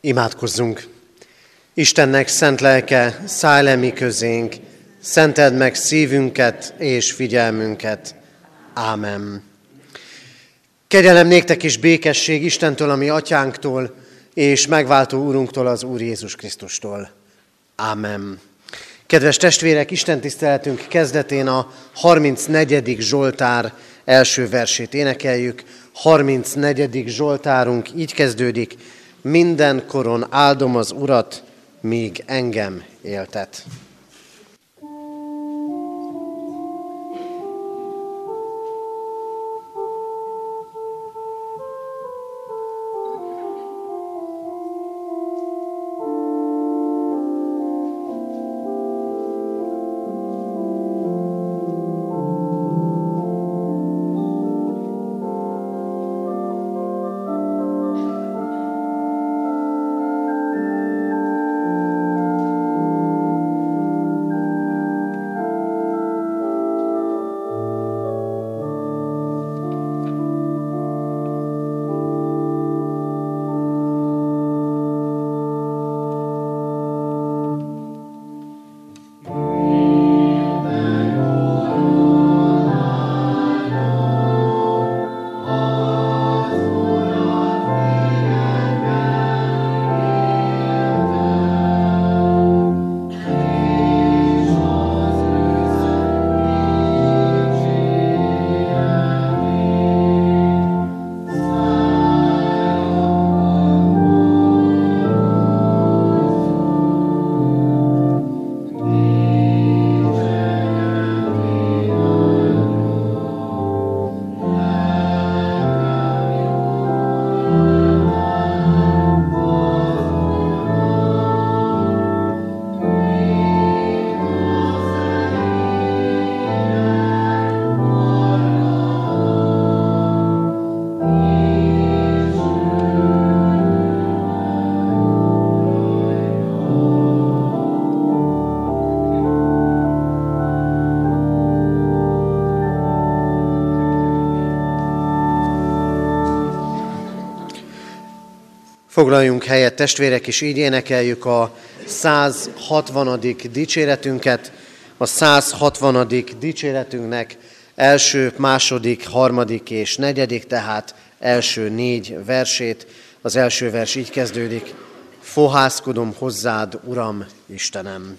Imádkozzunk! Istennek szent lelke, szállj le mi közénk, szenteld meg szívünket és figyelmünket. Ámen. Kegyelem néktek és békesség Istentől, a mi atyánktól, és megváltó Úrunktól, az Úr Jézus Krisztustól. Ámen. Kedves testvérek, istentiszteletünk kezdetén a 34. Zsoltár első versét énekeljük. 34. Zsoltárunk így kezdődik: minden koron áldom az Urat, míg engem éltet. Foglaljunk helyet, testvérek, és így énekeljük a 160. dicséretünket. A 160. dicséretünknek első, második, harmadik és negyedik, tehát első 4 versét. Az első vers így kezdődik: fohászkodom hozzád, Uram, Istenem.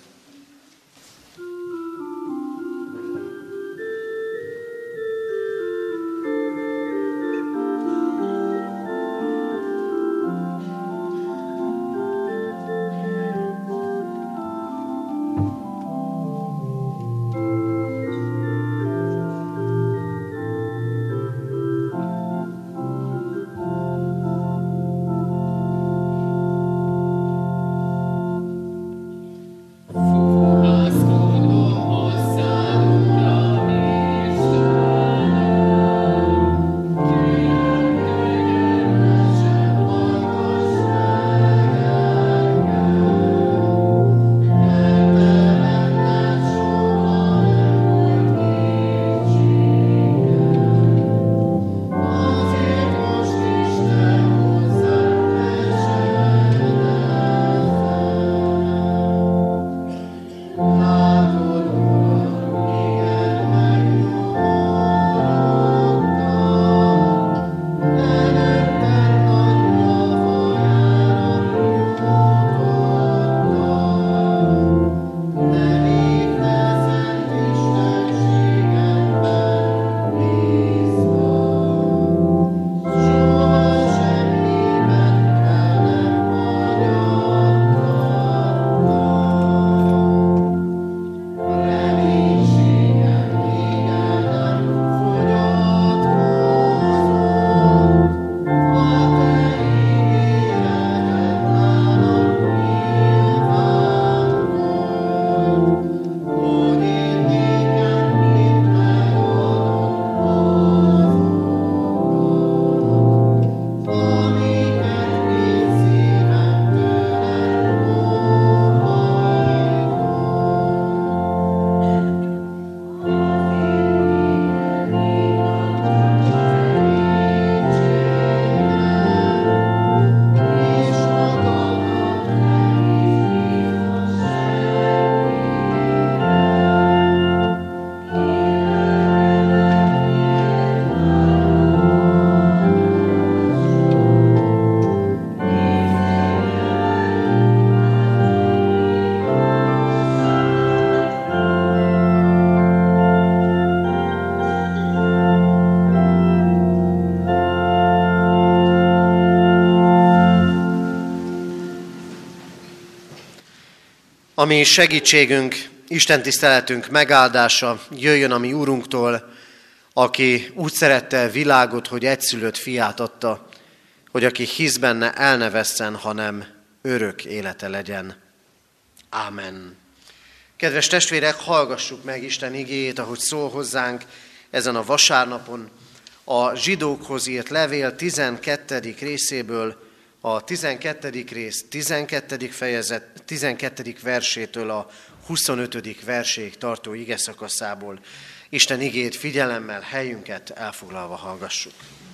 Ami segítségünk, Isten tiszteletünk megáldása jöjjön a mi Úrunktól, aki úgy szerette a világot, hogy egyszülött fiát adta, hogy aki hisz benne, el ne vesszen, hanem örök élete legyen. Ámen. Kedves testvérek, hallgassuk meg Isten igéjét, ahogy szól hozzánk ezen a vasárnapon, a zsidókhoz írt levél 12. részéből, a 12. rész 12. fejezet 12. versétől a 25. verséig tartó igeszakaszából. Isten igét figyelemmel, helyünket elfoglalva hallgassuk.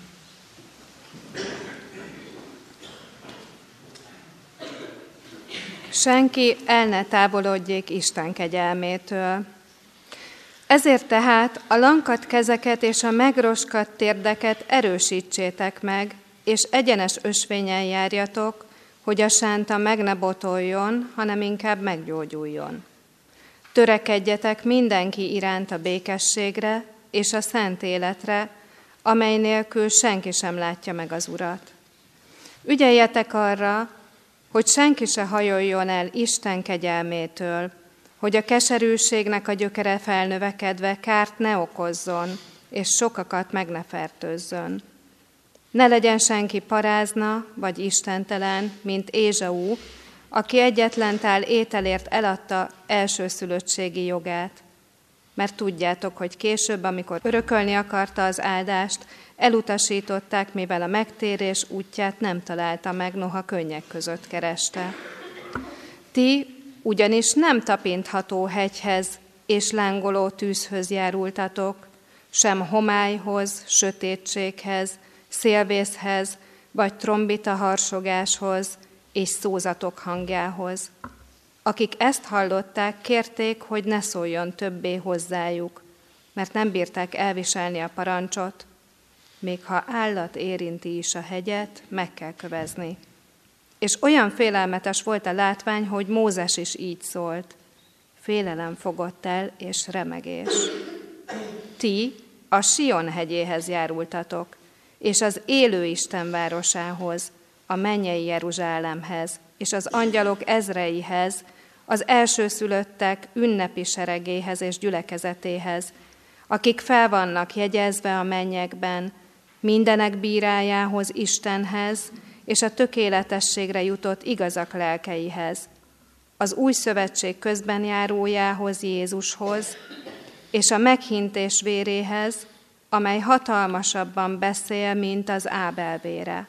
Senki el ne távolodjék Isten kegyelmétől. Ezért tehát a lankadt kezeket és a megroskadt térdeket erősítsétek meg, és egyenes ösvényen járjatok, hogy a sánta meg ne botoljon, hanem inkább meggyógyuljon. Törekedjetek mindenki iránt a békességre és a szent életre, amely nélkül senki sem látja meg az Urat. Ügyeljetek arra, hogy senki se hajoljon el Isten kegyelmétől, hogy a keserűségnek a gyökere felnövekedve kárt ne okozzon, és sokakat meg ne fertőzzön. Ne legyen senki parázna vagy istentelen, mint Ézsau, aki egyetlen tál ételért eladta elsőszülöttségi jogát. Mert tudjátok, hogy később, amikor örökölni akarta az áldást, elutasították, mivel a megtérés útját nem találta meg, noha könnyek között kereste. Ti ugyanis nem tapintható hegyhez és lángoló tűzhöz járultatok, sem homályhoz, sötétséghez, szélvészhez, vagy trombita harsogáshoz és szózatok hangjához. Akik ezt hallották, kérték, hogy ne szóljon többé hozzájuk, mert nem bírták elviselni a parancsot, még ha állat érinti is a hegyet, meg kell kövezni. És olyan félelmetes volt a látvány, hogy Mózes is így szólt. Félelem fogott el, és remegés. Ti a Sion hegyéhez járultatok, és az élő Isten városához, a mennyei Jeruzsálemhez, és az angyalok ezreihez, az elsőszülöttek ünnepi seregéhez és gyülekezetéhez, akik fel vannak jegyezve a mennyekben, mindenek bírájához, Istenhez, és a tökéletességre jutott igazak lelkeihez, az új szövetség közbenjárójához, Jézushoz, és a meghintés véréhez, amely hatalmasabban beszél, mint az Ábel vére.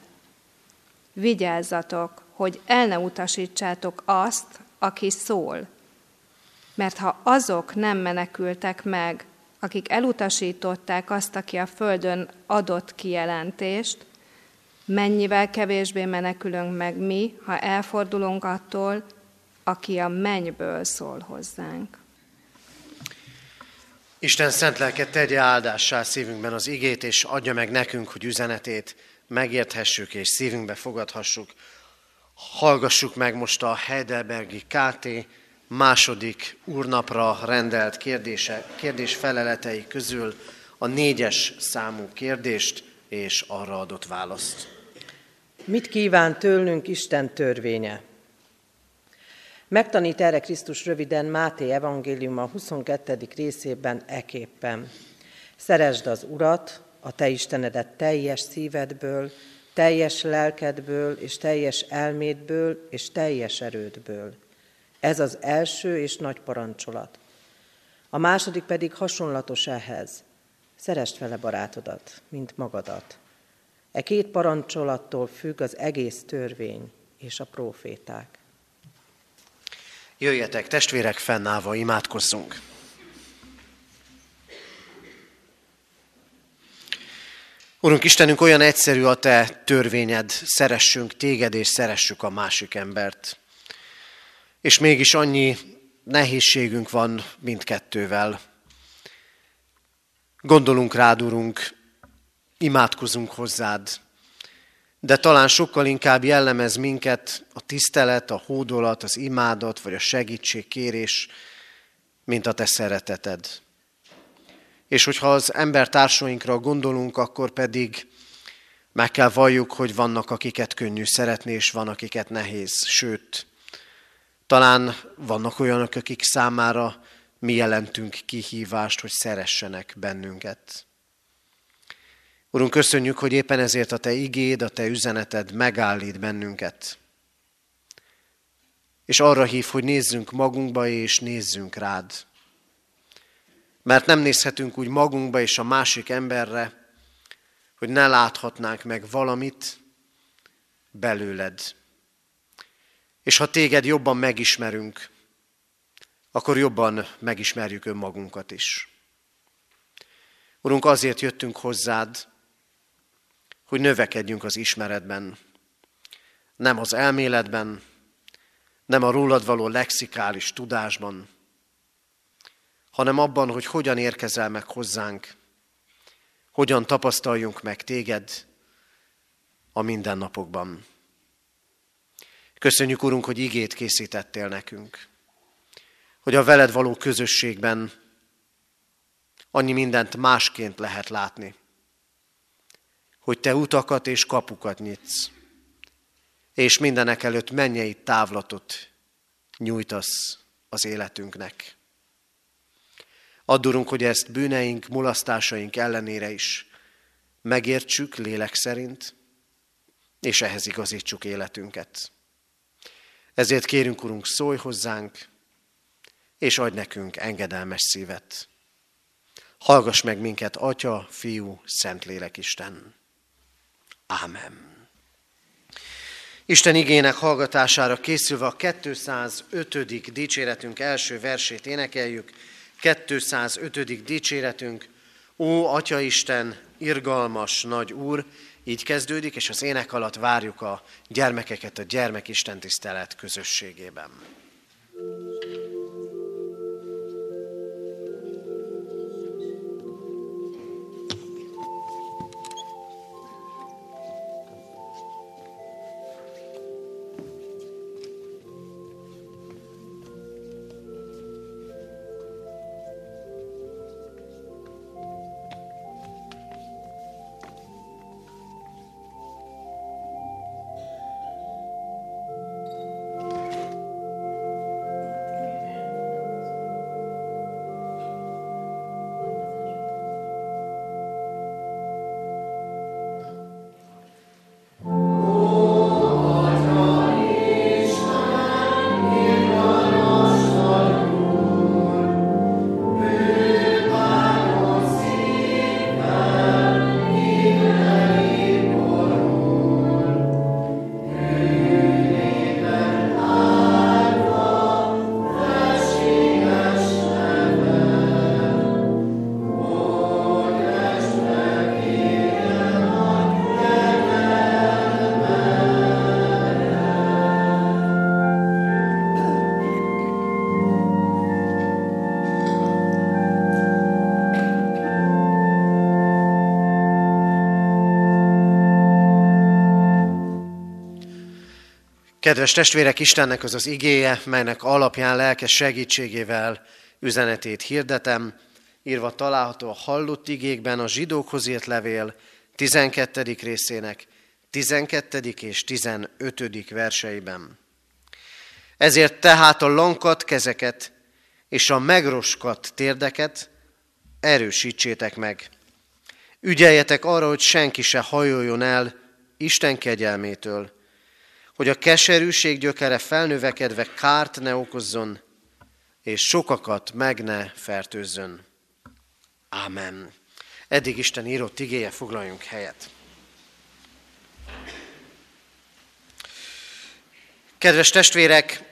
Vigyázzatok, hogy el ne utasítsátok azt, aki szól, mert ha azok nem menekültek meg, akik elutasították azt, aki a földön adott kijelentést, mennyivel kevésbé menekülünk meg mi, ha elfordulunk attól, aki a mennyből szól hozzánk. Isten szent lelke tegye áldássá szívünkben az igét, és adja meg nekünk, hogy üzenetét megérthessük és szívünkbe fogadhassuk. Hallgassuk meg most a Heidelbergi KT második úrnapra rendelt kérdés feleletei közül a 4. számú kérdést és arra adott választ. Mit kíván tőlünk Isten törvénye? Megtanít erre Krisztus röviden Máté evangéliuma 22. részében eképpen. Szeresd az Urat, a te Istenedet teljes szívedből, teljes lelkedből és teljes elmédből és teljes erődből. Ez az első és nagy parancsolat. A második pedig hasonlatos ehhez. Szeresd vele barátodat, mint magadat. E 2 parancsolattól függ az egész törvény és a próféták. Jöjjetek, testvérek, fennállva imádkozzunk. Urunk Istenünk, olyan egyszerű a te törvényed, szeressünk téged és szeressük a másik embert. És mégis annyi nehézségünk van mindkettővel. Gondolunk rád, Urunk, imádkozunk hozzád, de talán sokkal inkább jellemez minket a tisztelet, a hódolat, az imádat, vagy a segítségkérés, mint a te szereteted. És hogyha az embertársainkra gondolunk, akkor pedig meg kell valljuk, hogy vannak, akiket könnyű szeretni, és van, akiket nehéz. Sőt, Talán vannak olyanok, akik számára mi jelentünk kihívást, hogy szeressenek bennünket. Urunk, köszönjük, hogy éppen ezért a Te igéd, a Te üzeneted megállít bennünket. És arra hív, hogy nézzünk magunkba és nézzünk rád. Mert nem nézhetünk úgy magunkba és a másik emberre, hogy ne láthatnánk meg valamit belőled. És ha téged jobban megismerünk, akkor jobban megismerjük önmagunkat is. Urunk, azért jöttünk hozzád, hogy növekedjünk az ismeretben, nem az elméletben, nem a rólad való lexikális tudásban, hanem abban, hogy hogyan érkezel meg hozzánk, hogyan tapasztaljunk meg téged a mindennapokban. Köszönjük, Urunk, hogy igét készítettél nekünk, hogy a veled való közösségben annyi mindent másként lehet látni, hogy te utakat és kapukat nyitsz, és mindenek előtt mennyei távlatot nyújtasz az életünknek. Add, Urunk, hogy ezt bűneink, mulasztásaink ellenére is megértsük lélek szerint, és ehhez igazítsuk életünket. Ezért kérünk, Urunk, szólj hozzánk, és adj nekünk engedelmes szívet. Hallgass meg minket, Atya, Fiú, Szentlélek Isten. Ámen. Isten igének hallgatására készülve a 205. dicséretünk első versét énekeljük. 205. dicséretünk, Ó, Atya Isten, irgalmas nagy Úr, így kezdődik, és az ének alatt várjuk a gyermekeket a gyermekisten tisztelet közösségében. Kedves testvérek, Istennek az az igéje, melynek alapján lelkes segítségével üzenetét hirdetem, írva található a hallott igékben a zsidókhoz írt levél 12. részének 12. és 15. verseiben. Ezért tehát a lankadt kezeket és a megroskadt térdeket erősítsétek meg. Ügyeljetek arra, hogy senki se hajoljon el Isten kegyelmétől, hogy a keserűség gyökere felnövekedve kárt ne okozzon, és sokakat meg ne fertőzzön. Ámen. Eddig Isten írott igéje, foglaljunk helyet. Kedves testvérek,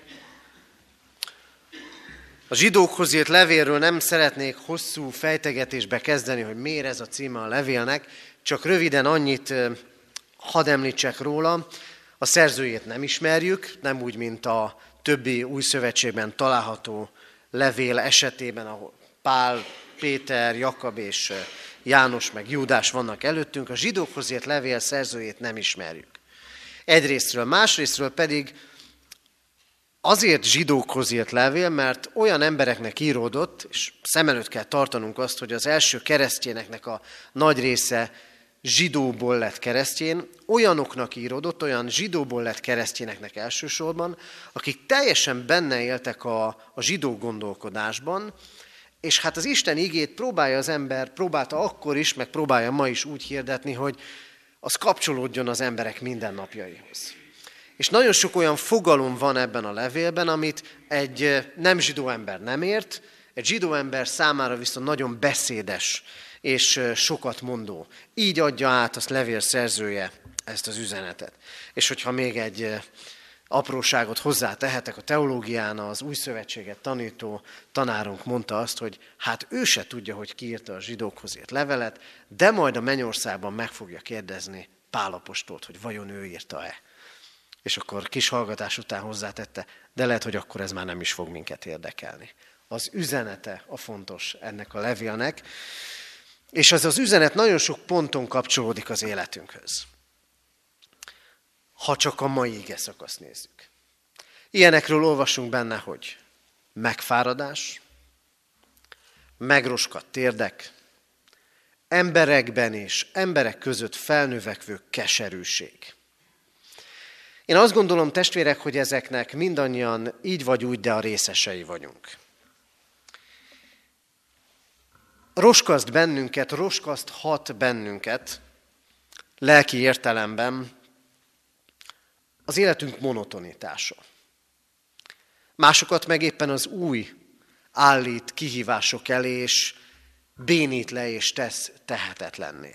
a zsidókhoz írt levélről nem szeretnék hosszú fejtegetésbe kezdeni, hogy miért ez a címe a levélnek, csak röviden annyit hadd említsek róla. A szerzőjét nem ismerjük, nem úgy, mint a többi új szövetségben található levél esetében, ahol Pál, Péter, Jakab és János meg Júdás vannak előttünk. A zsidókhoz írt levél szerzőjét nem ismerjük. Egyrészről, másrészről pedig azért zsidókhoz írt levél, mert olyan embereknek íródott, és szem előtt kell tartanunk azt, hogy az első keresztényeknek a nagy része zsidóból lett keresztjén, olyanoknak íródott, olyan zsidóból lett keresztjéneknek elsősorban, akik teljesen benne éltek a zsidó gondolkodásban, és hát az Isten igét próbálta akkor is, meg próbálja ma is úgy hirdetni, hogy az kapcsolódjon az emberek mindennapjaihoz. És nagyon sok olyan fogalom van ebben a levélben, amit egy nem zsidó ember nem ért, egy zsidó ember számára viszont nagyon beszédes és sokat mondó. Így adja át a levél szerzője ezt az üzenetet. És hogyha még egy apróságot hozzátehetek, a teológián az új szövetséget tanító tanárunk mondta azt, hogy hát ő se tudja, hogy ki írta a zsidókhoz írt levelet, de majd a mennyországban meg fogja kérdezni Pál apostolt, hogy vajon ő írta-e. És akkor kis hallgatás után hozzátette, de lehet, hogy akkor ez már nem is fog minket érdekelni. Az üzenete a fontos ennek a levélnek, és az üzenet nagyon sok ponton kapcsolódik az életünkhöz. Ha csak a mai igeszakaszt nézzük. Ilyenekről olvasunk benne, hogy megfáradás, megroskadt térdek, emberekben és emberek között felnövekvő keserűség. Én azt gondolom, testvérek, hogy ezeknek mindannyian így vagy úgy, de a részesei vagyunk. Roskaszthat bennünket lelki értelemben az életünk monotonitása. Másokat meg éppen az új állít kihívások elé, és bénít le és tesz tehetetlenné.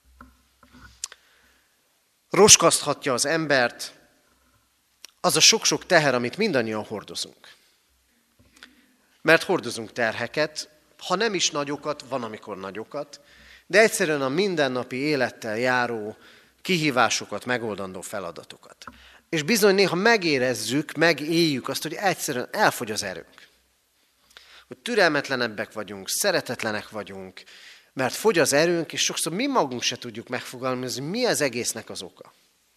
Roskaszthatja az embert az a sok-sok teher, amit mindannyian hordozunk. Mert hordozunk terheket, ha nem is nagyokat, van amikor nagyokat, de egyszerűen a mindennapi élettel járó kihívásokat, megoldandó feladatokat. És bizony néha megérezzük, megéljük azt, hogy egyszerűen elfogy az erőnk. Hogy türelmetlenebbek vagyunk, szeretetlenek vagyunk, mert fogy az erőnk, és sokszor mi magunk se tudjuk megfogalmazni, mi az egésznek az oka.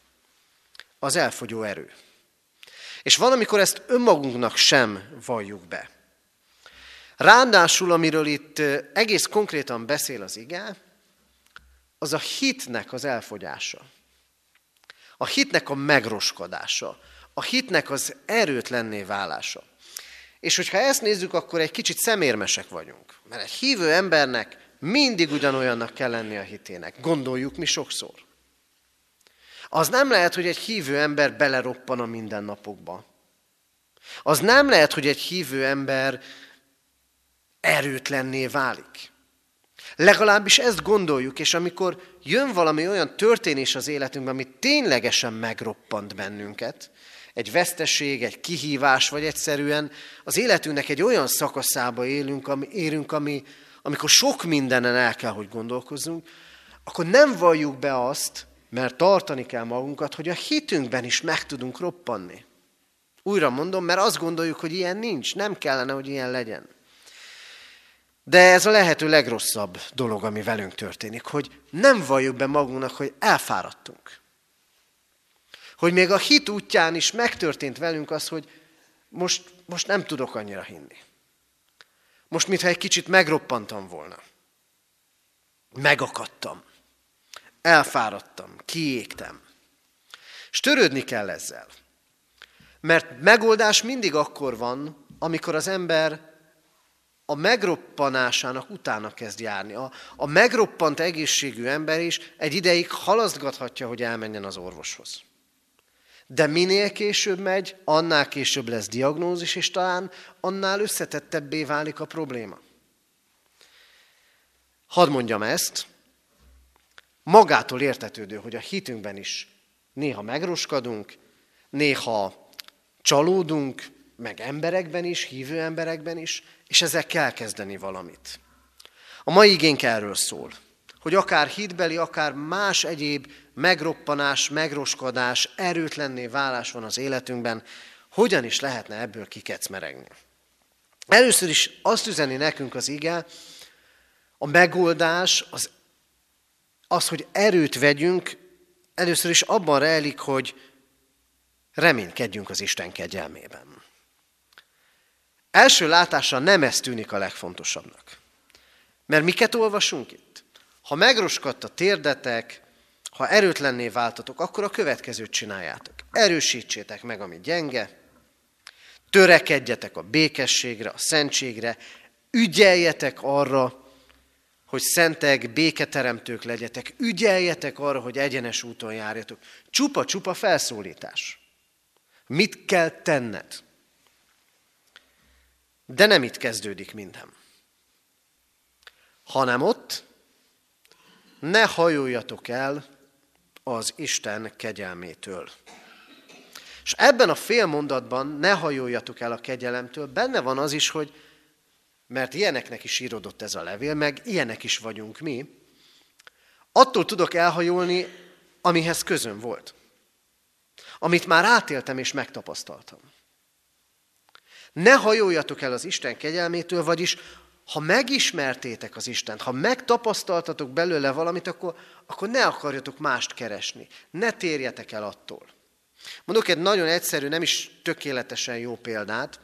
Az elfogyó erő. És van, amikor ezt önmagunknak sem valljuk be. Ráadásul, amiről itt egész konkrétan beszél az ige, az a hitnek az elfogyása. A hitnek a megroskadása. A hitnek az erőtlenné válása. És hogyha ezt nézzük, akkor egy kicsit szemérmesek vagyunk. Mert egy hívő embernek mindig ugyanolyannak kell lenni a hitének. Gondoljuk mi sokszor. Az nem lehet, hogy egy hívő ember beleroppan a mindennapokba. Az nem lehet, hogy egy hívő ember erőtlenné válik. Legalábbis ezt gondoljuk, és amikor jön valami olyan történés az életünkben, ami ténylegesen megroppant bennünket, egy veszteség, egy kihívás, vagy egyszerűen az életünknek egy olyan szakaszába érünk, amikor sok mindenen el kell, hogy gondolkozzunk, akkor nem valljuk be azt, mert tartani kell magunkat, hogy a hitünkben is meg tudunk roppanni. Újra mondom, mert azt gondoljuk, hogy ilyen nincs, nem kellene, hogy ilyen legyen. De ez a lehető legrosszabb dolog, ami velünk történik, hogy nem valljuk be magunknak, hogy elfáradtunk. Hogy még a hit útján is megtörtént velünk az, hogy most nem tudok annyira hinni. Most, mintha egy kicsit megroppantam volna. Megakadtam. Elfáradtam. Kiégtem. És törődni kell ezzel. Mert megoldás mindig akkor van, amikor az ember a megroppanásának utána kezd járni. A megroppant egészségű ember is egy ideig halasztgathatja, hogy elmenjen az orvoshoz. De minél később megy, annál később lesz diagnózis, és talán annál összetettebbé válik a probléma. Hadd mondjam ezt, magától értetődő, hogy a hitünkben is néha megroskadunk, néha csalódunk, meg emberekben is, hívő emberekben is, és ezzel kell kezdeni valamit. A mai igénk erről szól, hogy akár hitbeli, akár más egyéb megroppanás, megroskadás, erőtlenné válás van az életünkben, hogyan is lehetne ebből kikecmeregni. Először is azt üzeni nekünk az ige, a megoldás, az, hogy erőt vegyünk, először is abban rejlik, hogy reménykedjünk az Isten kegyelmében. Első látásra nem ez tűnik a legfontosabbnak. Mert miket olvasunk itt? Ha megroskadt a térdetek, ha erőtlenné váltatok, akkor a következőt csináljátok. Erősítsétek meg, ami gyenge, törekedjetek a békességre, a szentségre, ügyeljetek arra, hogy szentek, béketeremtők legyetek, ügyeljetek arra, hogy egyenes úton járjatok. Csupa-csupa felszólítás. Mit kell tenned? De nem itt kezdődik minden. Hanem ott, ne hajoljatok el az Isten kegyelmétől. És ebben a fél mondatban, ne hajoljatok el a kegyelemtől, benne van az is, hogy mert ilyeneknek is íródott ez a levél, meg ilyenek is vagyunk mi, attól tudok elhajolni, amihez közöm volt. Amit már átéltem és megtapasztaltam. Ne hajoljatok el az Isten kegyelmétől, vagyis ha megismertétek az Istent, ha megtapasztaltatok belőle valamit, akkor ne akarjatok mást keresni. Ne térjetek el attól. Mondok egy nagyon egyszerű, nem is tökéletesen jó példát.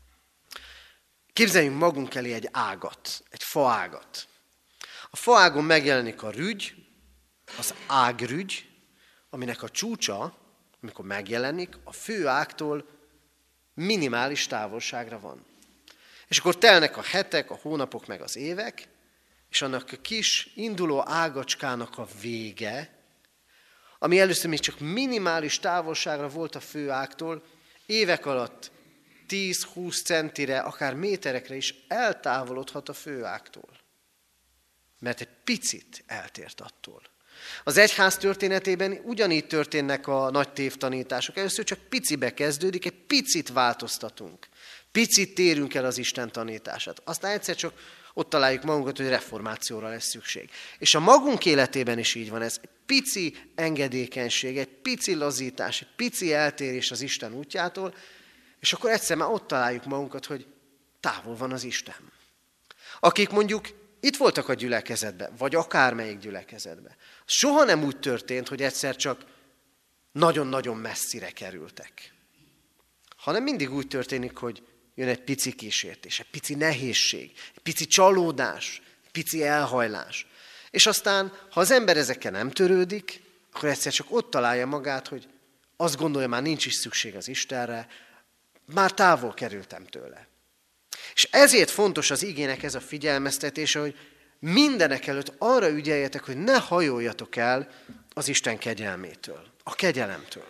Képzeljünk magunk elé egy ágat, egy faágat. A faágon megjelenik a rügy, az ágrügy, aminek a csúcsa, amikor megjelenik, a fő ágtól minimális távolságra van. És akkor telnek a hetek, a hónapok, meg az évek, és annak a kis induló ágacskának a vége, ami először még csak minimális távolságra volt a fő ágtól, évek alatt 10-20 centire, akár méterekre is eltávolodhat a fő ágtól. Mert egy picit eltért attól. Az egyház történetében ugyanígy történnek a nagy tévtanítások. Először csak picibe kezdődik, egy picit változtatunk. Picit térünk el az Isten tanítását. Aztán egyszer csak ott találjuk magunkat, hogy reformációra lesz szükség. És a magunk életében is így van ez. Egy pici engedékenység, egy pici lazítás, egy pici eltérés az Isten útjától, és akkor egyszer már ott találjuk magunkat, hogy távol van az Isten. Akik mondjuk itt voltak a gyülekezetben, vagy akármelyik gyülekezetben. Soha nem úgy történt, hogy egyszer csak nagyon-nagyon messzire kerültek. Hanem mindig úgy történik, hogy jön egy pici kísértés, egy pici nehézség, egy pici csalódás, egy pici elhajlás. És aztán, ha az ember ezekkel nem törődik, akkor egyszer csak ott találja magát, hogy azt gondolja, már nincs is szükség az Istenre, már távol kerültem tőle. És ezért fontos az igének ez a figyelmeztetése, hogy mindenek előtt arra ügyeljetek, hogy ne hajoljatok el az Isten kegyelmétől, a kegyelemtől.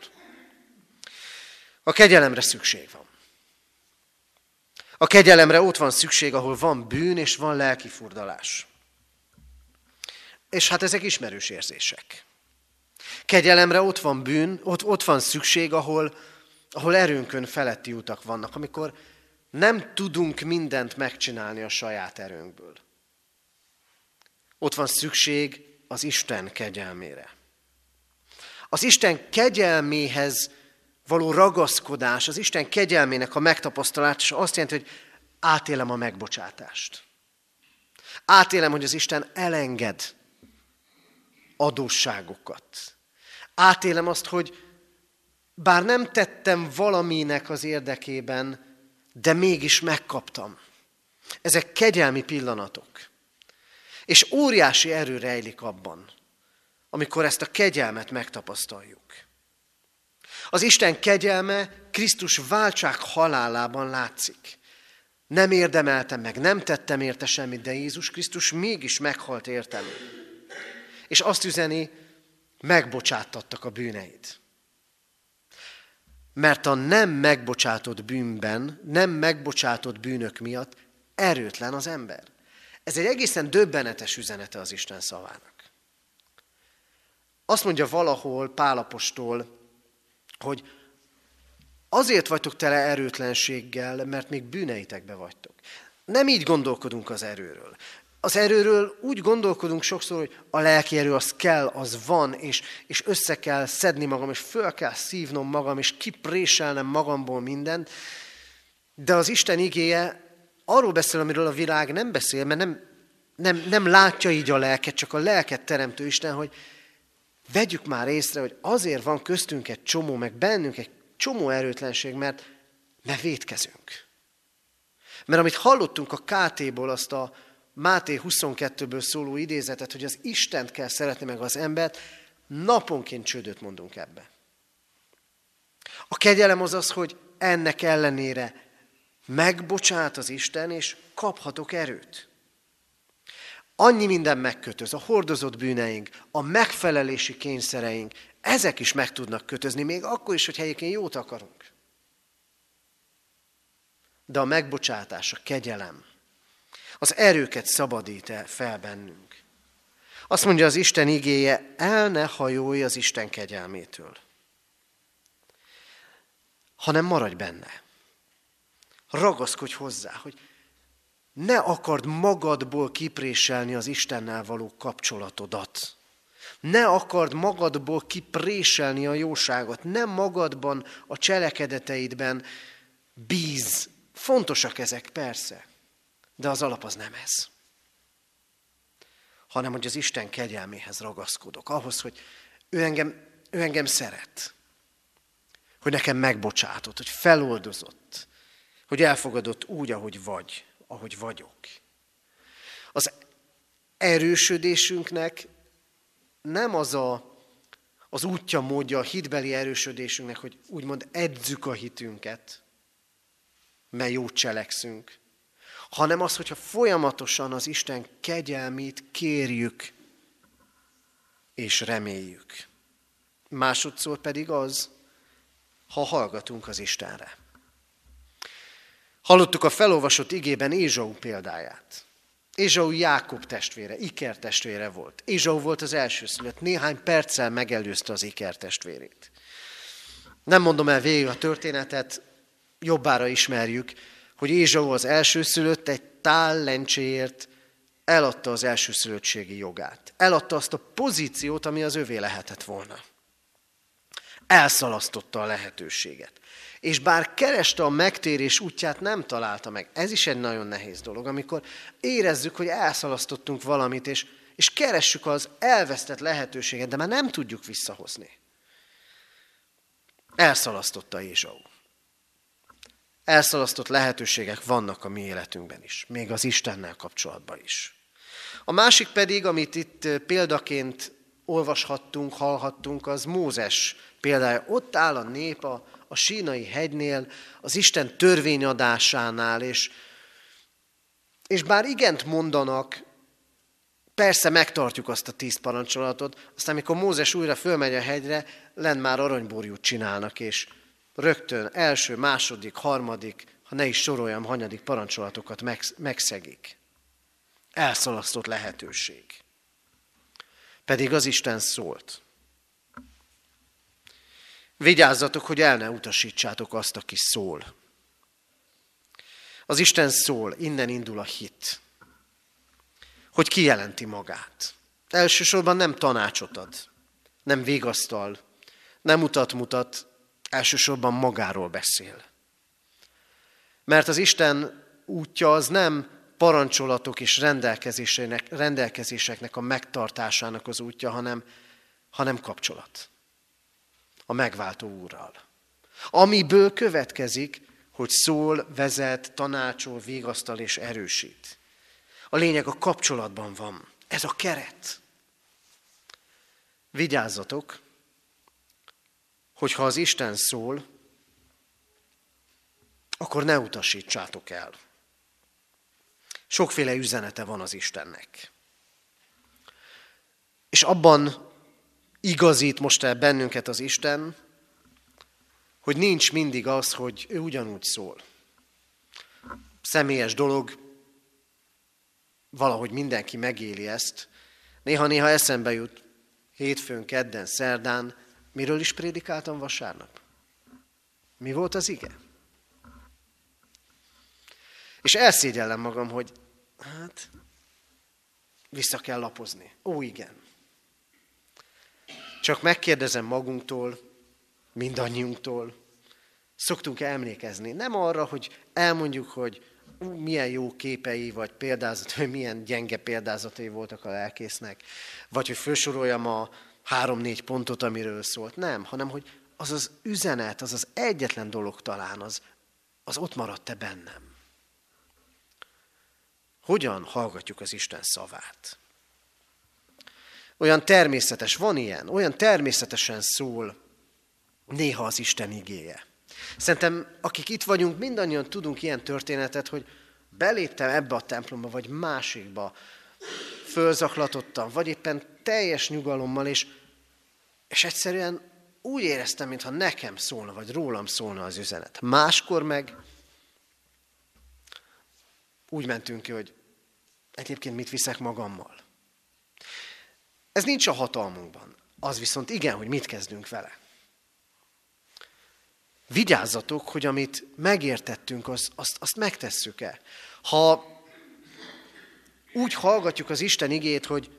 A kegyelemre szükség van. A kegyelemre ott van szükség, ahol van bűn és van lelkifurdalás. És hát ezek ismerős érzések. Kegyelemre ott van bűn, ott van szükség, ahol erőnkön feletti utak vannak, amikor nem tudunk mindent megcsinálni a saját erőnkből. Ott van szükség az Isten kegyelmére. Az Isten kegyelméhez való ragaszkodás, az Isten kegyelmének a megtapasztalása azt jelenti, hogy átélem a megbocsátást. Átélem, hogy az Isten elenged adósságokat. Átélem azt, hogy bár nem tettem valaminek az érdekében, de mégis megkaptam. Ezek kegyelmi pillanatok. És óriási erő rejlik abban, amikor ezt a kegyelmet megtapasztaljuk. Az Isten kegyelme Krisztus váltság halálában látszik. Nem érdemeltem meg, nem tettem érte semmit, de Jézus Krisztus mégis meghalt értem. És azt üzeni, megbocsátattak a bűneid. Mert a nem megbocsátott bűnben, nem megbocsátott bűnök miatt erőtlen az ember. Ez egy egészen döbbenetes üzenete az Isten szavának. Azt mondja valahol Pál apostol, hogy azért vagytok tele erőtlenséggel, mert még bűneitekbe vagytok. Nem így gondolkodunk az erőről. Az erőről úgy gondolkodunk sokszor, hogy a lelki erő az kell, az van, és össze kell szedni magam, és föl kell szívnom magam, és kipréselnem magamból mindent. De az Isten igéje arról beszél, amiről a világ nem beszél, mert nem látja így a lelket, csak a lelket teremtő Isten, hogy vegyük már észre, hogy azért van köztünk egy csomó, meg bennünk egy csomó erőtlenség, mert vétkezünk. Mert amit hallottunk a KT-ból, azt a Máté 22-ből szóló idézetet, hogy az Istent kell szeretni meg az embert, naponként csődöt mondunk ebbe. A kegyelem az az, hogy ennek ellenére megbocsát az Isten, és kaphatok erőt. Annyi minden megkötöz, a hordozott bűneink, a megfelelési kényszereink, ezek is meg tudnak kötözni, még akkor is, hogy egyébként jót akarunk. De a megbocsátás, a kegyelem, az erőket szabadít fel bennünk. Azt mondja az Isten igéje, el ne hajolj az Isten kegyelmétől, hanem maradj benne. Ragaszkodj hozzá, hogy ne akard magadból kipréselni az Istennel való kapcsolatodat. Ne akard magadból kipréselni a jóságot. Ne magadban, a cselekedeteidben bíz. Fontosak ezek, persze, de az alap az nem ez. Hanem, hogy az Isten kegyelméhez ragaszkodok. Ahhoz, hogy ő engem szeret. Hogy nekem megbocsátott, hogy feloldozott. Hogy elfogadott úgy, ahogy vagy, ahogy vagyok. Az erősödésünknek nem az útja, módja, a hitbeli erősödésünknek, hogy úgymond edzük a hitünket, mert jót cselekszünk, hanem az, hogyha folyamatosan az Isten kegyelmét kérjük és reméljük. Másodszor pedig az, ha hallgatunk az Istenre. Hallottuk a felolvasott igében Ézsau példáját. Ézsau Jákob testvére, ikertestvére volt. Ézsau volt az elsőszülött, néhány perccel megelőzte az ikertestvérét. Nem mondom el végig a történetet, jobbára ismerjük, hogy Ézsau az elsőszülött egy tál lencséért eladta az elsőszülöttségi jogát. Eladta azt a pozíciót, ami az övé lehetett volna. Elszalasztotta a lehetőséget. És bár kereste a megtérés útját, nem találta meg. Ez is egy nagyon nehéz dolog, amikor érezzük, hogy elszalasztottunk valamit, és keressük az elvesztett lehetőséget, de már nem tudjuk visszahozni. Elszalasztotta Ézsau. Elszalasztott lehetőségek vannak a mi életünkben is, még az Istennel kapcsolatban is. A másik pedig, amit itt példaként olvashattunk, hallhattunk, az Mózes példája. Ott áll a nép a Sínai hegynél, az Isten törvényadásánál, és bár igent mondanak, persze megtartjuk azt a 10 parancsolatot, aztán amikor Mózes újra fölmegy a hegyre, lenn már aranyborjút csinálnak, és rögtön első, második, harmadik, ha ne is soroljam, hanyadik parancsolatokat megszegik. Elszalasztott lehetőség. Pedig az Isten szólt. Vigyázzatok, hogy el ne utasítsátok azt, aki szól. Az Isten szól, innen indul a hit. Hogy kijelenti magát. Elsősorban nem tanácsot ad, nem vigasztal, nem utat, elsősorban magáról beszél. Mert az Isten útja az nem parancsolatok és rendelkezéseknek a megtartásának az útja, hanem kapcsolat. A megváltó Úrral. Amiből következik, hogy szól, vezet, tanácsol, vigasztal és erősít. A lényeg a kapcsolatban van. Ez a keret. Vigyázzatok, hogyha az Isten szól, akkor ne utasítsátok el. Sokféle üzenete van az Istennek. És abban igazít most el bennünket az Isten, hogy nincs mindig az, hogy ő ugyanúgy szól. Személyes dolog, valahogy mindenki megéli ezt. Néha-néha eszembe jut, hétfőn, kedden, szerdán, miről is prédikáltam vasárnap? Mi volt az ige? És elszégyellem magam, hogy vissza kell lapozni. Ó, igen. Csak megkérdezem magunktól, mindannyiunktól, szoktunk-e emlékezni? Nem arra, hogy elmondjuk, hogy milyen jó képei, vagy példázatai, milyen gyenge példázatai voltak a lelkésznek, vagy hogy felsoroljam a 3-4 pontot, amiről szólt. Nem, hanem hogy az az üzenet, az az egyetlen dolog talán, az ott maradt-e bennem. hogyan hallgatjuk az Isten szavát. Olyan természetes, van ilyen, olyan természetesen szól néha az Isten igéje. Szerintem, akik itt vagyunk, mindannyian tudunk ilyen történetet, hogy beléptem ebbe a templomba, vagy másikba, fölzaklatottam, vagy éppen teljes nyugalommal, és egyszerűen úgy éreztem, mintha nekem szólna, vagy rólam szólna az üzenet. Máskor meg úgy mentünk ki, hogy egyébként mit viszek magammal. Ez nincs a hatalmunkban. Az viszont igen, hogy mit kezdünk vele. Vigyázzatok, hogy amit megértettünk, azt megtesszük-e. Ha úgy hallgatjuk az Isten igét, hogy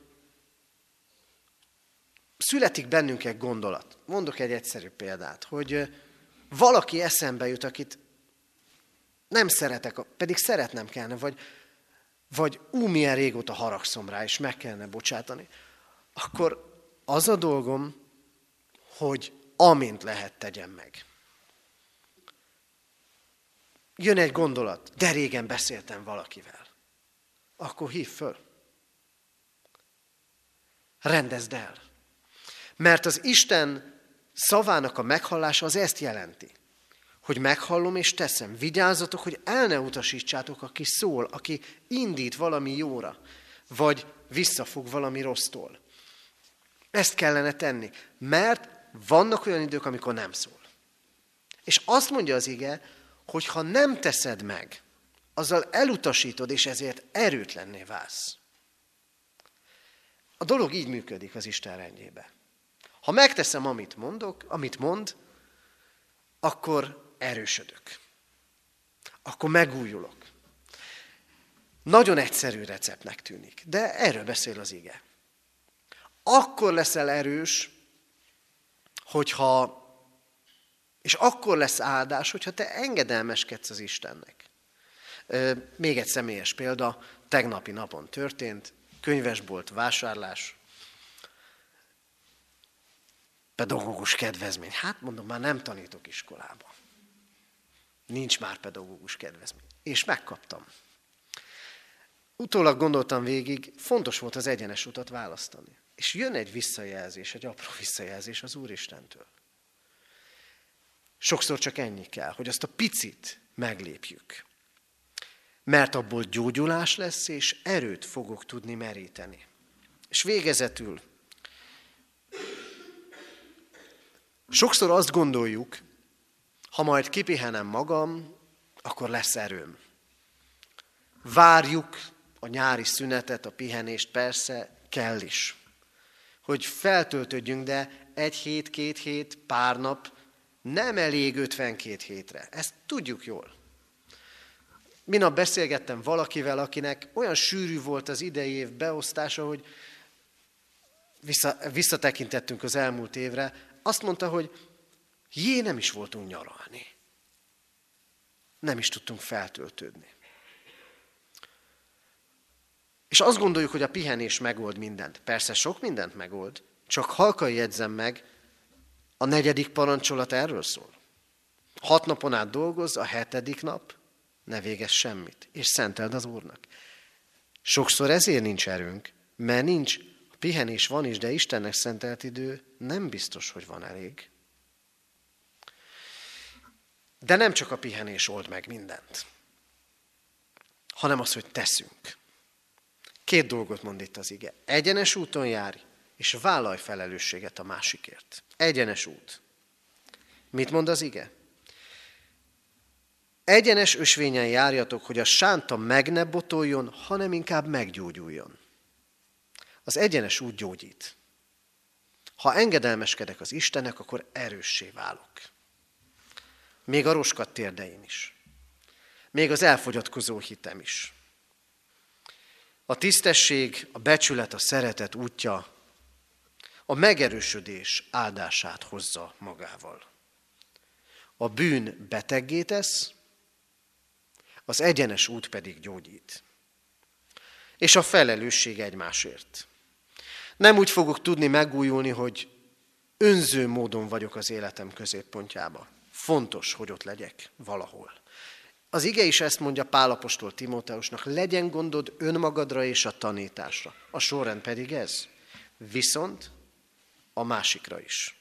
születik bennünk egy gondolat. Mondok egy egyszerű példát, hogy valaki eszembe jut, akit nem szeretek, pedig szeretnem kellene, vagy milyen régóta haragszom rá, és meg kellene bocsátani, akkor az a dolgom, hogy amint lehet tegyem meg. Jön egy gondolat, de régen beszéltem valakivel. Akkor hívd föl. Rendezd el. Mert az Isten szavának a meghallása az ezt jelenti, hogy meghallom és teszem. Vigyázzatok, hogy el ne utasítsátok, aki szól, aki indít valami jóra, vagy visszafog valami rossztól. Ezt kellene tenni, mert vannak olyan idők, amikor nem szól. És azt mondja az ige, hogy ha nem teszed meg, azzal elutasítod, és ezért erőtlenné válsz. A dolog így működik az Isten rendjébe. Ha megteszem, amit mond, akkor erősödök. Akkor megújulok. Nagyon egyszerű receptnek tűnik, de erről beszél az ige. Akkor leszel erős, és akkor lesz áldás, hogyha te engedelmeskedsz az Istennek. Még egy személyes példa, tegnapi napon történt, könyvesbolt vásárlás, pedagógus kedvezmény. Hát mondom, már nem tanítok iskolába. Nincs már pedagógus kedvezmény. És megkaptam. Utólag gondoltam végig, fontos volt az egyenes utat választani. És jön egy visszajelzés, egy apró visszajelzés az Úristentől. Sokszor csak ennyi kell, hogy azt a picit meglépjük. Mert abból gyógyulás lesz, és erőt fogok tudni meríteni. És végezetül, sokszor azt gondoljuk, ha majd kipihenem magam, akkor lesz erőm. Várjuk a nyári szünetet, a pihenést, persze kell is. Hogy feltöltődjünk, de 1 hét, 2 hét, pár nap nem elég 52 hétre. Ezt tudjuk jól. Minap beszélgettem valakivel, akinek olyan sűrű volt az idei év beosztása, hogy visszatekintettünk az elmúlt évre, azt mondta, hogy nem is voltunk nyaralni. Nem is tudtunk feltöltődni. És azt gondoljuk, hogy a pihenés megold mindent. Persze sok mindent megold, csak halkan jegyzem meg, a 4. parancsolat erről szól. 6 napon át dolgozz, a 7. nap ne végezz semmit, és szenteld az Úrnak. Sokszor ezért nincs erőnk, mert nincs, a pihenés van is, de Istennek szentelt idő nem biztos, hogy van elég. De nem csak a pihenés old meg mindent, hanem az, hogy teszünk. 2 dolgot mond itt az ige. Egyenes úton járj, és vállalj felelősséget a másikért. Egyenes út. Mit mond az ige? Egyenes ösvényen járjatok, hogy a sánta meg ne botoljon, hanem inkább meggyógyuljon. Az egyenes út gyógyít. Ha engedelmeskedek az Istennek, akkor erőssé válok. Még a roskat térdein is. Még az elfogyatkozó hitem is. A tisztesség, a becsület, a szeretet útja a megerősödés áldását hozza magával. A bűn beteggé tesz, az egyenes út pedig gyógyít. És a felelősség egymásért. Nem úgy fogok tudni megújulni, hogy önző módon vagyok az életem középpontjában. Fontos, hogy ott legyek valahol. Az ige is ezt mondja Pál apostol Timóteusnak, legyen gondod önmagadra és a tanításra. A sorrend pedig ez. Viszont a másikra is.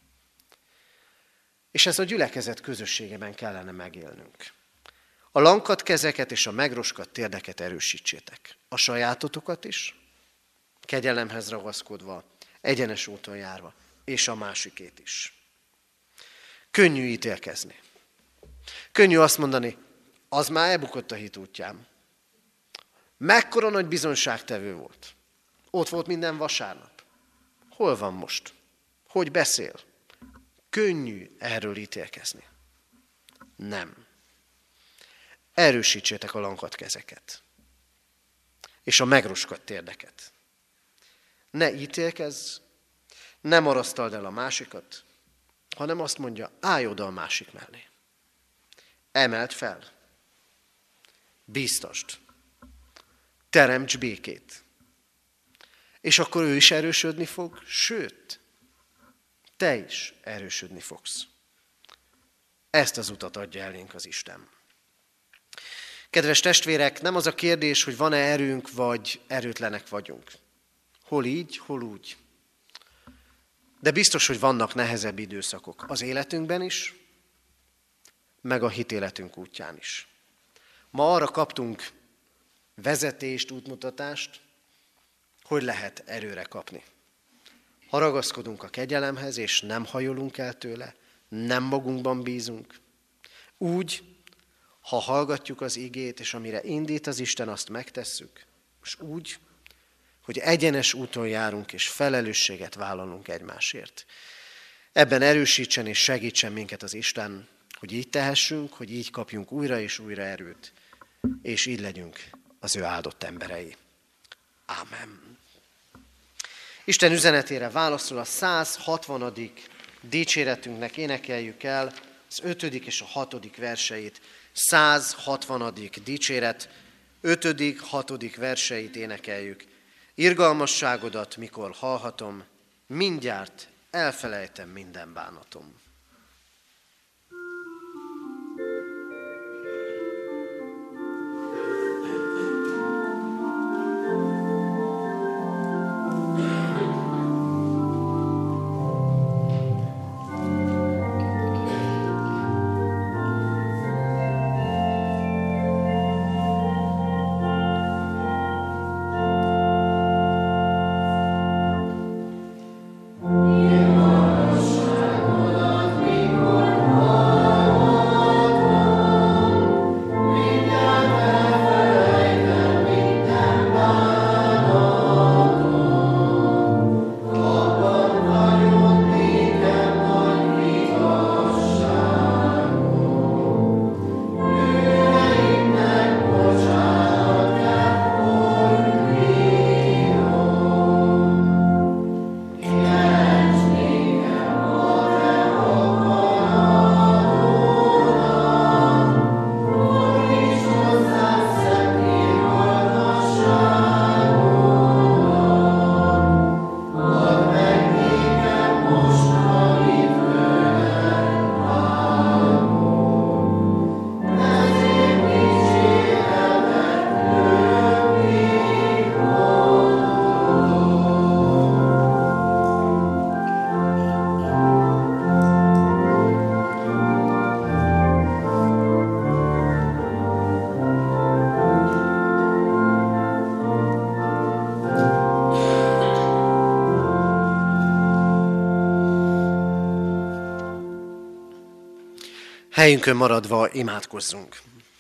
És ez a gyülekezet közösségében kellene megélnünk. A lankadt kezeket és a megroskat térdeket erősítsétek. A sajátotokat is, kegyelemhez ragaszkodva, egyenes úton járva, és a másikét is. Könnyű ítélkezni. Könnyű azt mondani, az már elbukott a hit útján. Mekkora nagy bizonyságtevő volt. Ott volt minden vasárnap. Hol van most? Hogy beszél? Könnyű erről ítélkezni. Nem. Erősítsétek a lankadt kezeket. És a megroskat térdeket. Ne ítélkezz, ne marasztald el a másikat, hanem azt mondja, állj oda a másik mellé. Emeld fel. Bíztasd. Teremts békét. És akkor ő is erősödni fog, sőt, te is erősödni fogsz. Ezt az utat adja elénk az Isten. Kedves testvérek, nem az a kérdés, hogy van-e erőnk, vagy erőtlenek vagyunk. Hol így, hol úgy. De biztos, hogy vannak nehezebb időszakok az életünkben is, meg a hitéletünk útján is. Ma arra kaptunk vezetést, útmutatást, hogy lehet erőre kapni. Ha ragaszkodunk a kegyelemhez, és nem hajolunk el tőle, nem magunkban bízunk, úgy, ha hallgatjuk az igét, és amire indít az Isten, azt megtesszük, és úgy, hogy egyenes úton járunk, és felelősséget vállalunk egymásért. Ebben erősítsen és segítsen minket az Isten, hogy így tehessünk, hogy így kapjunk újra és újra erőt, és így legyünk az ő áldott emberei. Ámen. Isten üzenetére válaszol a 160. dicséretünknek énekeljük el az 5. és a 6. verseit. 160. dicséret, 5., 6. verseit énekeljük. Irgalmasságodat, mikor hallhatom, mindjárt elfelejtem minden bánatom. Helyünkön maradva imádkozzunk.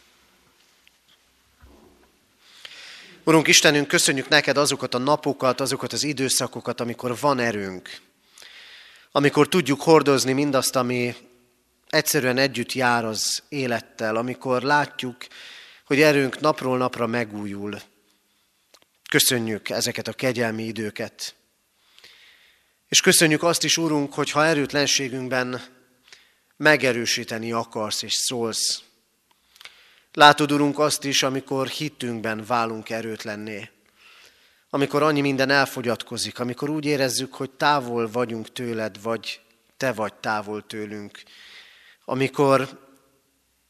Urunk Istenünk, köszönjük neked azokat a napokat, azokat az időszakokat, amikor van erőnk. Amikor tudjuk hordozni mindazt, ami egyszerűen együtt jár az élettel. Amikor látjuk, hogy erőnk napról napra megújul. Köszönjük ezeket a kegyelmi időket. És köszönjük azt is, Urunk, hogy ha erőtlenségünkben megerősíteni akarsz és szólsz. Látod, Urunk, azt is, amikor hitünkben válunk erőtlenné. Amikor annyi minden elfogyatkozik, amikor úgy érezzük, hogy távol vagyunk tőled, vagy te vagy távol tőlünk. Amikor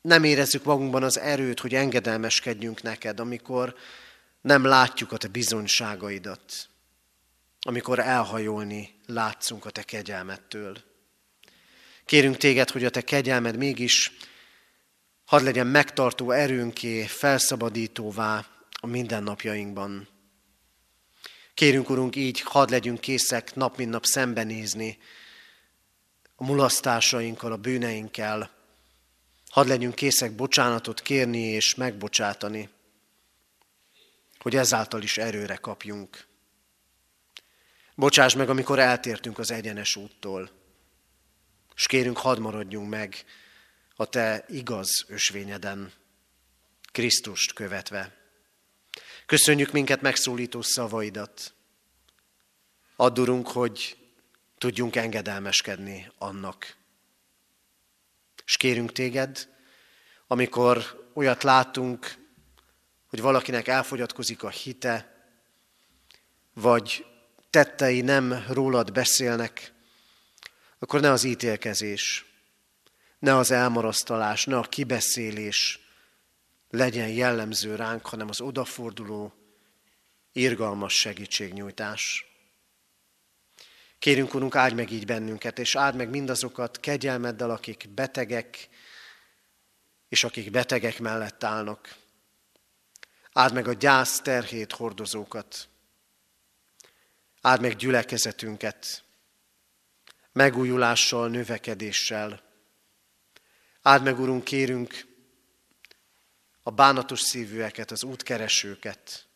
nem érezzük magunkban az erőt, hogy engedelmeskedjünk neked, amikor nem látjuk a te bizonyságaidat, amikor elhajolni látszunk a te kegyelmettől. Kérünk téged, hogy a te kegyelmed mégis hadd legyen megtartó erőnké, felszabadítóvá a mindennapjainkban. Kérünk, Urunk, így hadd legyünk készek nap mint nap szembenézni a mulasztásainkkal, a bűneinkkel. Hadd legyünk készek bocsánatot kérni és megbocsátani, hogy ezáltal is erőre kapjunk. Bocsáss meg, amikor eltértünk az egyenes úttól, és kérünk, hadd maradjunk meg a te igaz ösvényeden, Krisztust követve. Köszönjük minket megszólító szavaidat. Add, Urunk, hogy tudjunk engedelmeskedni annak. És kérünk téged, amikor olyat látunk, hogy valakinek elfogyatkozik a hite, vagy tettei nem rólad beszélnek, akkor ne az ítélkezés, ne az elmarasztalás, ne a kibeszélés legyen jellemző ránk, hanem az odaforduló, irgalmas segítségnyújtás. Kérünk, Urunk, áldj meg így bennünket, és áld meg mindazokat kegyelmeddel, akik betegek, és akik betegek mellett állnak. Áld meg a gyász terhét hordozókat. Áld meg gyülekezetünket, megújulással, növekedéssel. Áld meg, Urunk, kérünk, a bánatos szívűeket, az útkeresőket.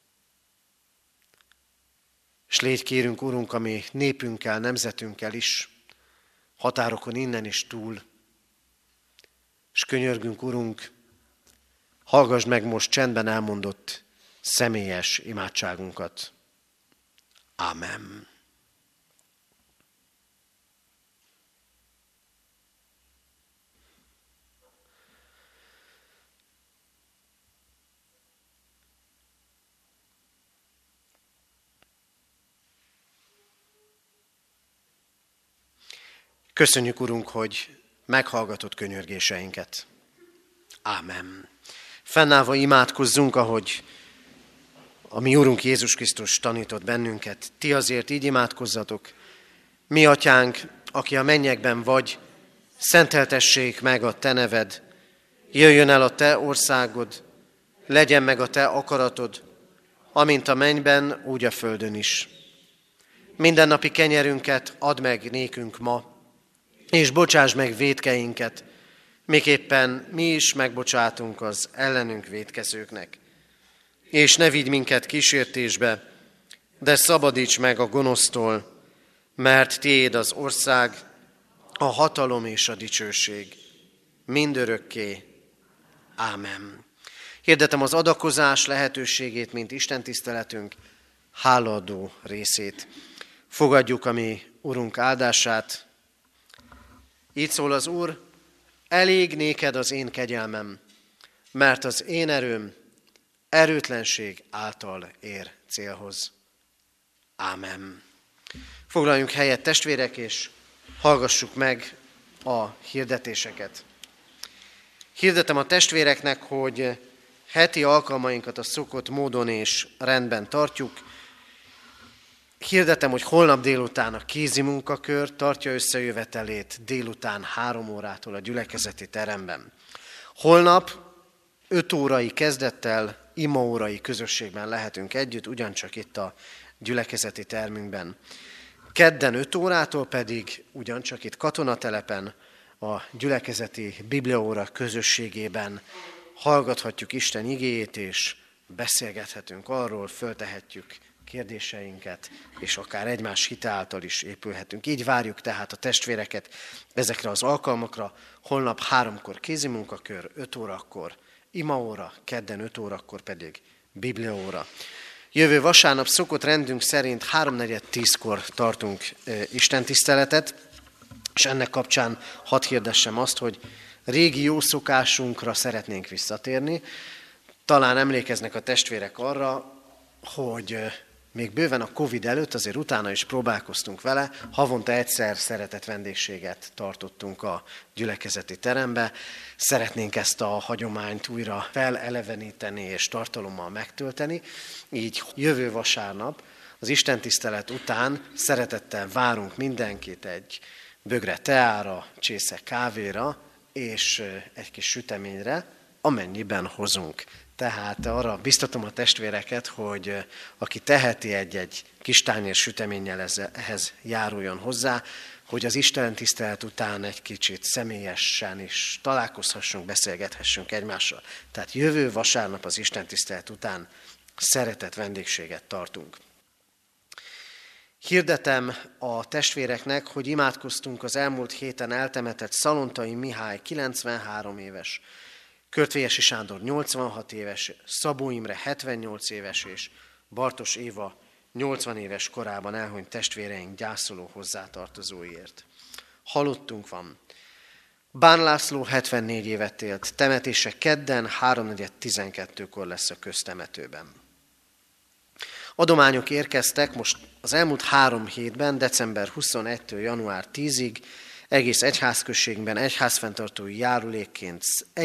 És légy, kérünk, Urunk, a mi népünkkel, nemzetünkkel is, határokon innen és túl. És könyörgünk, Urunk, hallgass meg most csendben elmondott személyes imádságunkat. Ámen. Köszönjük, Urunk, hogy meghallgatod könyörgéseinket. Ámen. Fennállva imádkozzunk, ahogy a mi Urunk Jézus Krisztus tanított bennünket. Ti azért így imádkozzatok. Mi, Atyánk, aki a mennyekben vagy, szenteltessék meg a te neved. Jöjjön el a te országod, legyen meg a te akaratod, amint a mennyben, úgy a földön is. Mindennapi kenyerünket add meg nékünk ma, és bocsáss meg vétkeinket, miképpen mi is megbocsátunk az ellenünk vétkezőknek. És ne vigy minket kísértésbe, de szabadíts meg a gonosztól, mert tiéd az ország, a hatalom és a dicsőség mindörökké. Ámen. Hirdetem az adakozás lehetőségét, mint istentiszteletünk hálaadó részét. Fogadjuk a mi Urunk áldását. Így szól az Úr: elég néked az én kegyelmem, mert az én erőm erőtlenség által ér célhoz. Ámen. Foglaljunk helyet, testvérek, és hallgassuk meg a hirdetéseket. Hirdetem a testvéreknek, hogy heti alkalmainkat a szokott módon és rendben tartjuk. Hirdetem, hogy holnap délután a kézi munkakör tartja összejövetelét délután 3 órától a gyülekezeti teremben. Holnap 5 órai kezdettel imaórai közösségben lehetünk együtt, ugyancsak itt a gyülekezeti termünkben. Kedden 5 órától pedig ugyancsak itt katonatelepen a gyülekezeti bibliaóra közösségében hallgathatjuk Isten igéjét, és beszélgethetünk arról, föltehetjük kérdéseinket, és akár egymás hite által is épülhetünk. Így várjuk tehát a testvéreket ezekre az alkalmakra. Holnap 3-kor kézimunkakör, 5 órakor imaóra, kedden 5 órakor pedig bibliaóra. Jövő vasárnap szokott rendünk szerint 3:45-10-kor tartunk istentiszteletet, és ennek kapcsán hadd hirdessem azt, hogy régi jó szokásunkra szeretnénk visszatérni. Talán emlékeznek a testvérek arra, hogy még bőven a Covid előtt, azért utána is próbálkoztunk vele, havonta egyszer szeretett vendégséget tartottunk a gyülekezeti terembe. Szeretnénk ezt a hagyományt újra feleleveníteni és tartalommal megtölteni. Így jövő vasárnap az istentisztelet után szeretettel várunk mindenkit egy bögre teára, csésze kávéra és egy kis süteményre, amennyiben hozunk. Tehát arra biztatom a testvéreket, hogy aki teheti egy kis tányér süteménnyel ehhez járuljon hozzá, hogy az istentisztelet után egy kicsit személyesen is találkozhassunk, beszélgethessünk egymással. Tehát jövő vasárnap az istentisztelet után szeretett vendégséget tartunk. Hirdetem a testvéreknek, hogy imádkoztunk az elmúlt héten eltemetett Szalontai Mihály 93 éves, Körtvélyesi Sándor 86 éves, Szabó Imre 78 éves és Bartos Éva 80 éves korában elhunyt testvéreink gyászoló hozzátartozóiért. Halottunk van. Bán László 74 évet élt, temetése kedden 3:12-kor lesz a köztemetőben. Adományok érkeztek most az elmúlt 3 hétben, december 21-től január 10-ig, egész egyházközségben egyházfenntartói járulékként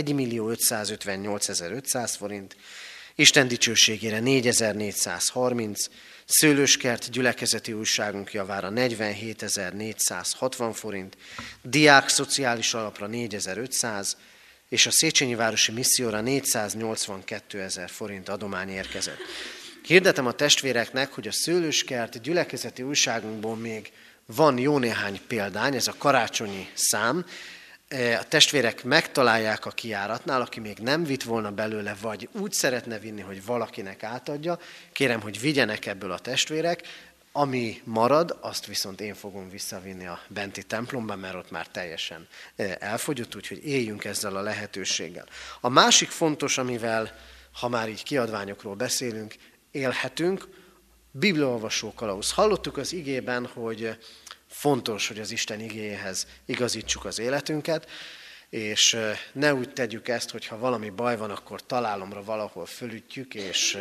1.558.500 forint, Isten dicsőségére 4.430, Szőlőskert gyülekezeti újságunk javára 47.460 forint, diák szociális alapra 4.500, és a Széchenyi városi misszióra 482.000 forint adomány érkezett. Hirdetem a testvéreknek, hogy a Szőlőskert gyülekezeti újságunkból még van jó néhány példány, ez a karácsonyi szám. A testvérek megtalálják a kijáratnál, aki még nem vitt volna belőle, vagy úgy szeretne vinni, hogy valakinek átadja. Kérem, hogy vigyenek ebből a testvérek. Ami marad, azt viszont én fogom visszavinni a benti templomba, mert ott már teljesen elfogyott, úgyhogy éljünk ezzel a lehetőséggel. A másik fontos, amivel, ha már így kiadványokról beszélünk, élhetünk, bibliaolvasó kalauz. Hallottuk az igében, hogy fontos, hogy az Isten igéjéhez igazítsuk az életünket, és ne úgy tegyük ezt, hogy ha valami baj van, akkor találomra valahol fölütjük, és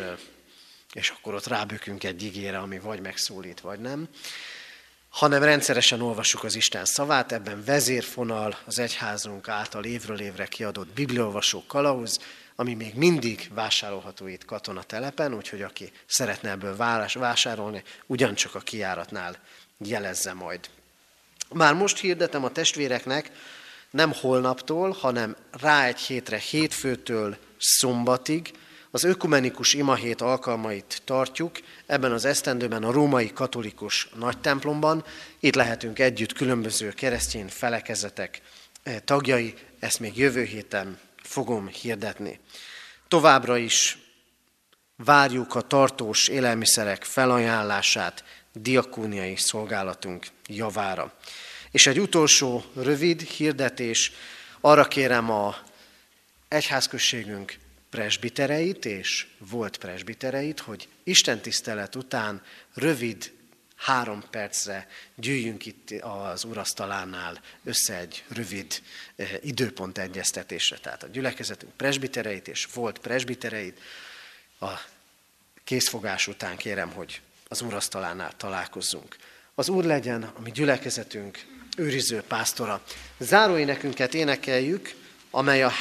akkor ott rábökünk egy igére, ami vagy megszólít, vagy nem, hanem rendszeresen olvassuk az Isten szavát, ebben vezérfonal az egyházunk által évről évre kiadott bibliaolvasó kalauz, ami még mindig vásárolható itt Katonatelepen, úgyhogy aki szeretne ebből vásárolni, ugyancsak a kijáratnál jelezze majd. Már most hirdetem a testvéreknek, nem holnaptól, hanem rá egy hétre, hétfőtől szombatig az ökumenikus imahét alkalmait tartjuk, ebben az esztendőben a római katolikus nagytemplomban. Itt lehetünk együtt különböző keresztény felekezetek tagjai, ezt még jövő héten fogom hirdetni. Továbbra is várjuk a tartós élelmiszerek felajánlását diakóniai szolgálatunk javára. És egy utolsó rövid hirdetés, arra kérem a egyházközségünk presbitereit és volt presbitereit, hogy istentisztelet után rövid 3 percre gyűjjünk itt az urasztalánál össze egy rövid időpont egyeztetésre. Tehát a gyülekezetünk presbitereit és volt presbitereit a készfogás után kérem, hogy az urasztalánál találkozzunk. Az Úr legyen a mi gyülekezetünk őriző pásztora. Záróénekünket énekeljük, amely a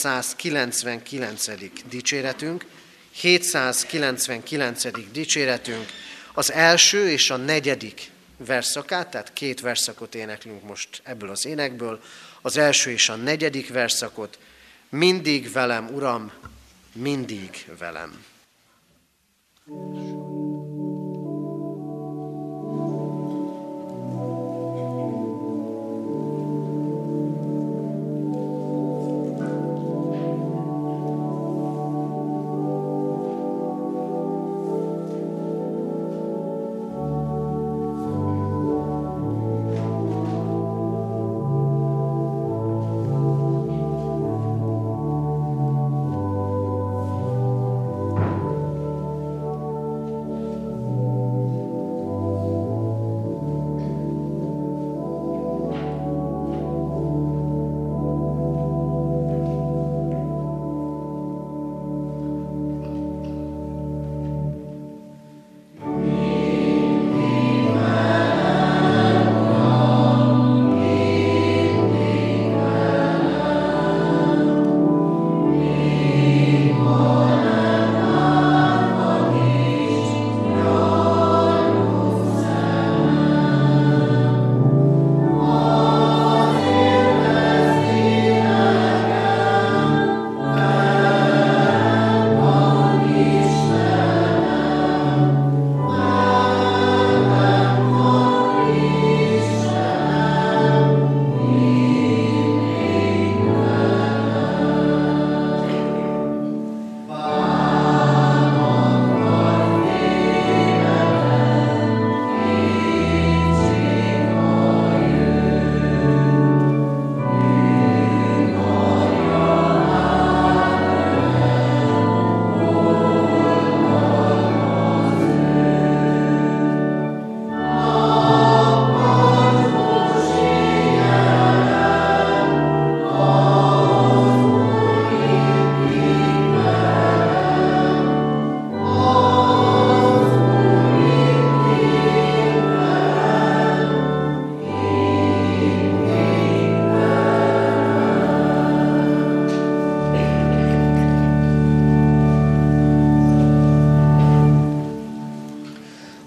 799. dicséretünk, 799. dicséretünk, az első és a 4. verszakát, tehát 2 verszakot éneklünk most ebből az énekből, az első és a 4. verszakot, mindig velem, Uram, mindig velem.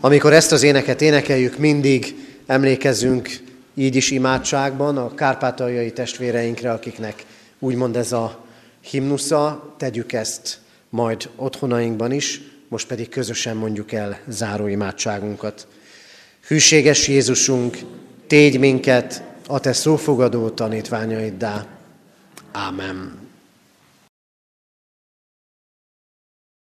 Amikor ezt az éneket énekeljük, mindig emlékezünk így is imádságban a kárpátaljai testvéreinkre, akiknek úgymond ez a himnusza, tegyük ezt majd otthonainkban is, most pedig közösen mondjuk el záró imádságunkat. Hűséges Jézusunk, tégy minket a te szófogadó tanítványaiddá. Ámen.